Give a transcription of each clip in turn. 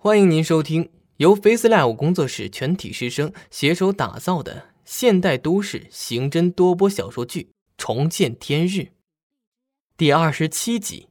欢迎您收听由 FaceLab 工作室全体师生携手打造的现代都市刑侦多播小说剧《重见天日》第27集。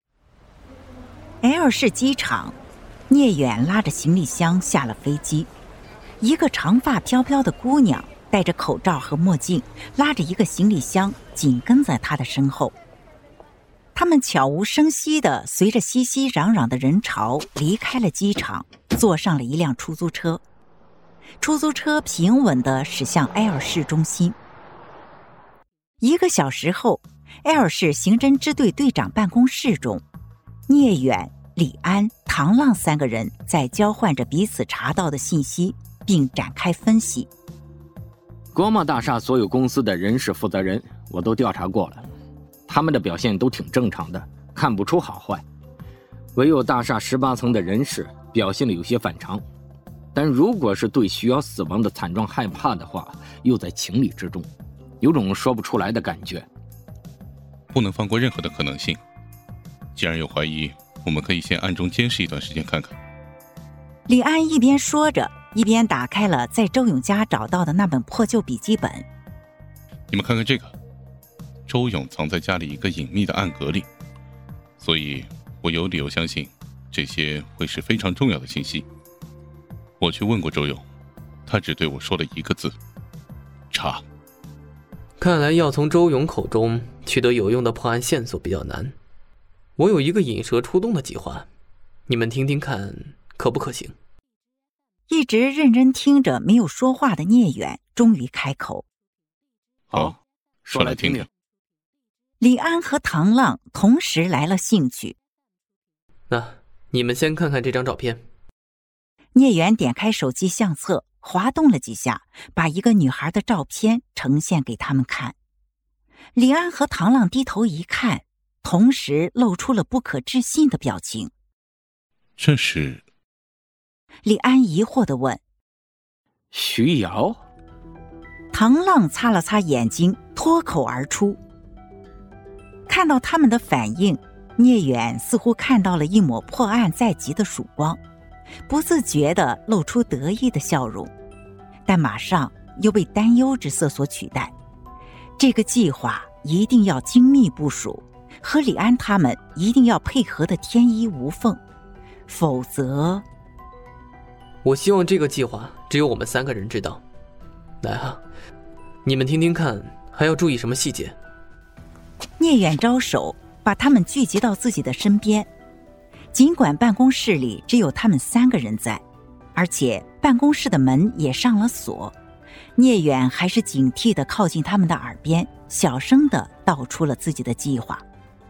L 市机场，聂远拉着行李箱下了飞机。一个长发飘飘的姑娘戴着口罩和墨镜，拉着一个行李箱紧跟在他的身后。他们悄无声息地随着熙熙攘攘的人潮离开了机场，坐上了一辆出租车。出租车平稳地驶向 L 市中心。1个小时后， L 市刑侦支队队长办公室中，聂远、李安、唐浪3个人在交换着彼此查到的信息，并展开分析。 国贸大厦所有公司的人事负责人我都调查过了，他们的表现都挺正常的，看不出好坏。唯有大厦18层的人事表现得有些反常，但如果是对徐瑶死亡的惨状害怕的话，又在情理之中，有种说不出来的感觉。 不能放过任何的可能性，既然有怀疑，我们可以先暗中监视一段时间看看。 李安一边说着，一边打开了在周勇家找到的那本破旧笔记本。 你们看看这个，周勇藏在家里一个隐秘的暗格里，所以我有理由相信这些会是非常重要的信息。我去问过周勇，他只对我说了一个字：查。 看来要从周勇口中取得有用的破案线索比较难。我有一个引蛇出洞的计划，你们听听看可不可行？ 一直认真听着没有说话的聂远终于开口： 好，说来听听。 李安和唐浪同时来了兴趣。 那你们先看看这张照片。 聂远点开手机相册，滑动了几下，把一个女孩的照片呈现给他们看。李安和唐浪低头一看，同时露出了不可置信的表情。 这是？ 李安疑惑地问。 徐瑶？ 唐浪擦了擦眼睛，脱口而出。看到他们的反应，聂远似乎看到了一抹破案在即的曙光，不自觉地露出得意的笑容，但马上又被担忧之色所取代。这个计划一定要精密部署，和李安他们一定要配合得天衣无缝，否则…… 我希望这个计划只有我们3个人知道。来啊，你们听听看，还要注意什么细节？ 聂远招手，把他们聚集到自己的身边。尽管办公室里只有他们3个人在，而且办公室的门也上了锁，聂远还是警惕地靠近他们的耳边，小声地道出了自己的计划。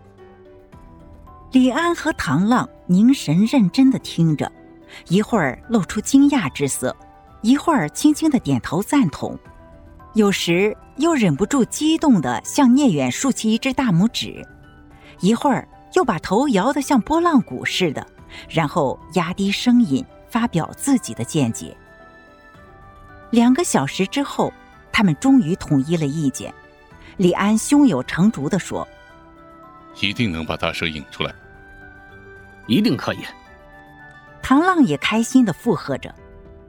李安和唐浪凝神认真地听着，一会儿露出惊讶之色，一会儿轻轻地点头赞同，有时又忍不住激动地向聂远竖起一只大拇指，一会儿又把头摇得像拨浪鼓似的，然后压低声音发表自己的见解。2个小时之后，他们终于统一了意见。李安胸有成竹地说： 一定能把大蛇引出来。 一定可以。 唐浪也开心地附和着：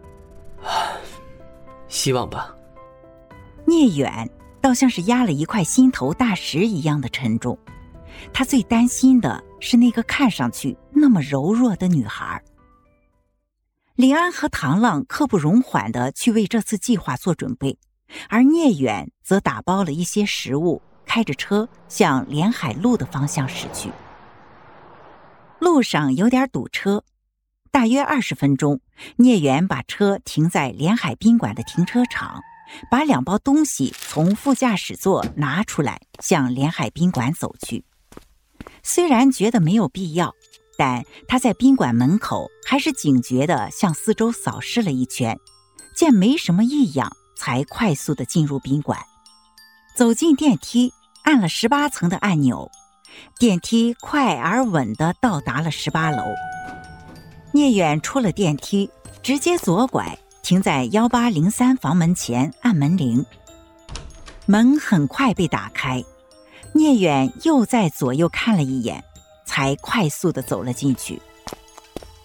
希望吧。 聂远倒像是压了一块心头大石一样的沉重，他最担心的是那个看上去那么柔弱的女孩。李安和唐浪刻不容缓地去为这次计划做准备，而聂远则打包了一些食物，开着车向连海路的方向驶去。路上有点堵车，大约20分钟，聂远把车停在连海宾馆的停车场，把2包东西从副驾驶座拿出来，向连海宾馆走去。虽然觉得没有必要，但他在宾馆门口还是警觉地向四周扫视了一圈，见没什么异样，才快速地进入宾馆。走进电梯，按了18层的按钮，电梯快而稳地到达了18楼。聂远出了电梯，直接左拐，停在1803房门前按门铃。门很快被打开，聂远又在左右看了一眼，才快速地走了进去。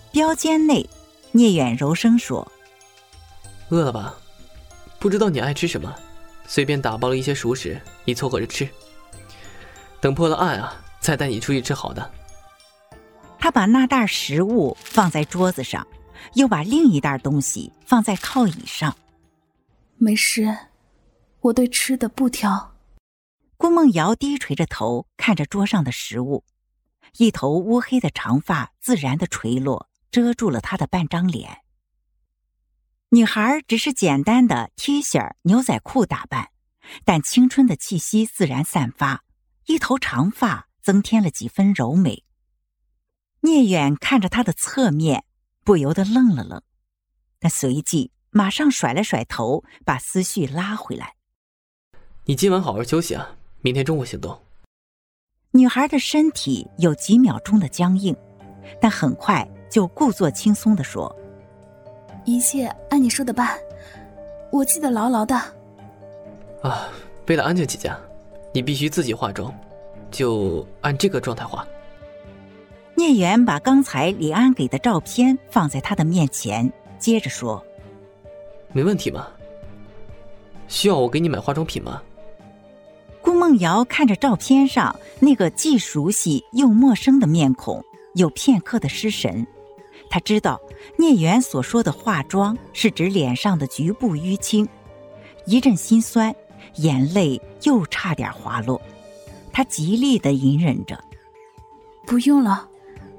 标间内，聂远柔声说：“ 饿了吧？不知道你爱吃什么，随便打包了一些熟食，你凑合着吃。等破了案啊，再带你出去吃好的。” 他把那袋食物放在桌子上，又把另一袋东西放在靠椅上。 没事，我对吃的不挑。 顾梦瑶低垂着头看着桌上的食物，一头乌黑的长发自然地垂落，遮住了她的半张脸。女孩只是简单的 T 恤、牛仔裤打扮，但青春的气息自然散发，一头长发增添了几分柔美。聂远看着她的侧面，不由得愣了愣，但随即马上甩了甩头，把思绪拉回来。 你今晚好好休息啊，明天中午行动。 女孩的身体有几秒钟的僵硬，但很快就故作轻松地说：“ 一切按你说的办，我记得牢牢的。” 啊，为了安全起见，你必须自己化妆，就按这个状态化。 聂远把刚才李安给的照片放在他的面前，接着说：“ 没问题吗？需要我给你买化妆品吗？” 顾梦瑶看着照片上那个既熟悉又陌生的面孔，有片刻的失神。她知道聂远所说的化妆是指脸上的局部淤青，一阵心酸，眼泪又差点滑落。她极力地隐忍着：“ 不用了，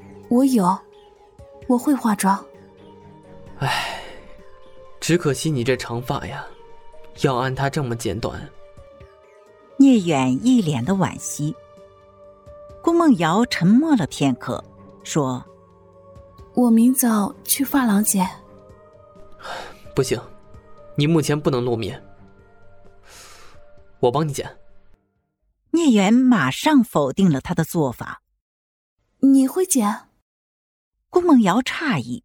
我会化妆。” 唉，只可惜你这长发呀，要按它这么剪短。 聂远一脸的惋惜。顾梦瑶沉默了片刻，说：“ 我明早去发廊剪。” 不行，你目前不能露面，我帮你剪。 聂远马上否定了他的做法。 “你会剪？” 顾梦瑶诧异。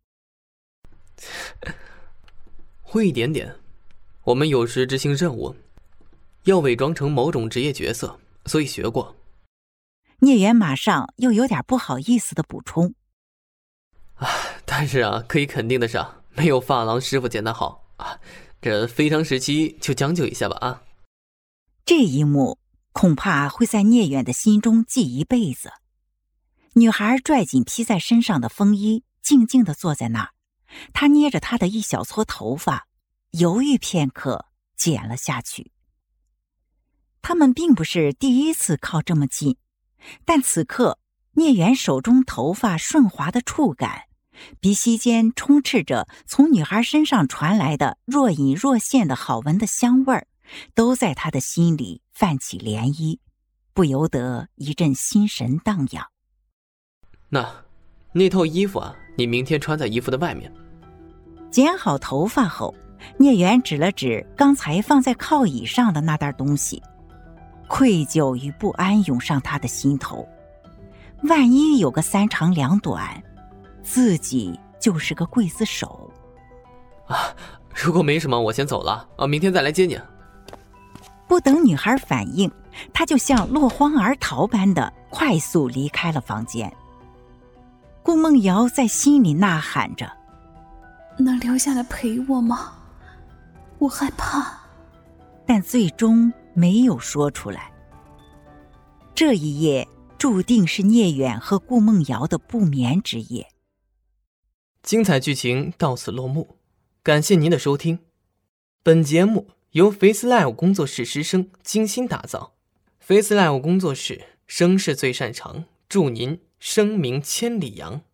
会一点点，我们有时执行任务要伪装成某种职业角色，所以学过。 聂远马上又有点不好意思的补充：“ 但是啊，可以肯定的是啊，没有发廊师傅剪得好啊。这非常时期就将就一下吧啊。” 这一幕恐怕会在聂远的心中记一辈子。女孩拽紧披在身上的风衣，静静地坐在那儿。她捏着她的一小撮头发，犹豫片刻，剪了下去。他们并不是第一次靠这么近，但此刻聂远手中头发顺滑的触感，鼻息间充斥着从女孩身上传来的若隐若现的好闻的香味儿，都在他的心里泛起涟漪，不由得一阵心神荡漾。 那套衣服啊，你明天穿在衣服的外面。 剪好头发后，聂远指了指刚才放在靠椅上的那袋东西，愧疚与不安涌上他的心头。万一有个三长两短，自己就是个刽子手啊！如果没什么，我先走了啊，明天再来接你。 不等女孩反应，他就像落荒而逃般的快速离开了房间。顾梦瑶在心里呐喊着：“ 能留下来陪我吗？我害怕。” 但最终没有说出来。这一夜注定是聂远和顾梦瑶的不眠之夜。 精彩剧情到此落幕，感谢您的收听。本节目由 FaceLive 工作室师生精心打造。FaceLive 工作室声势最擅长，祝您声名千里扬。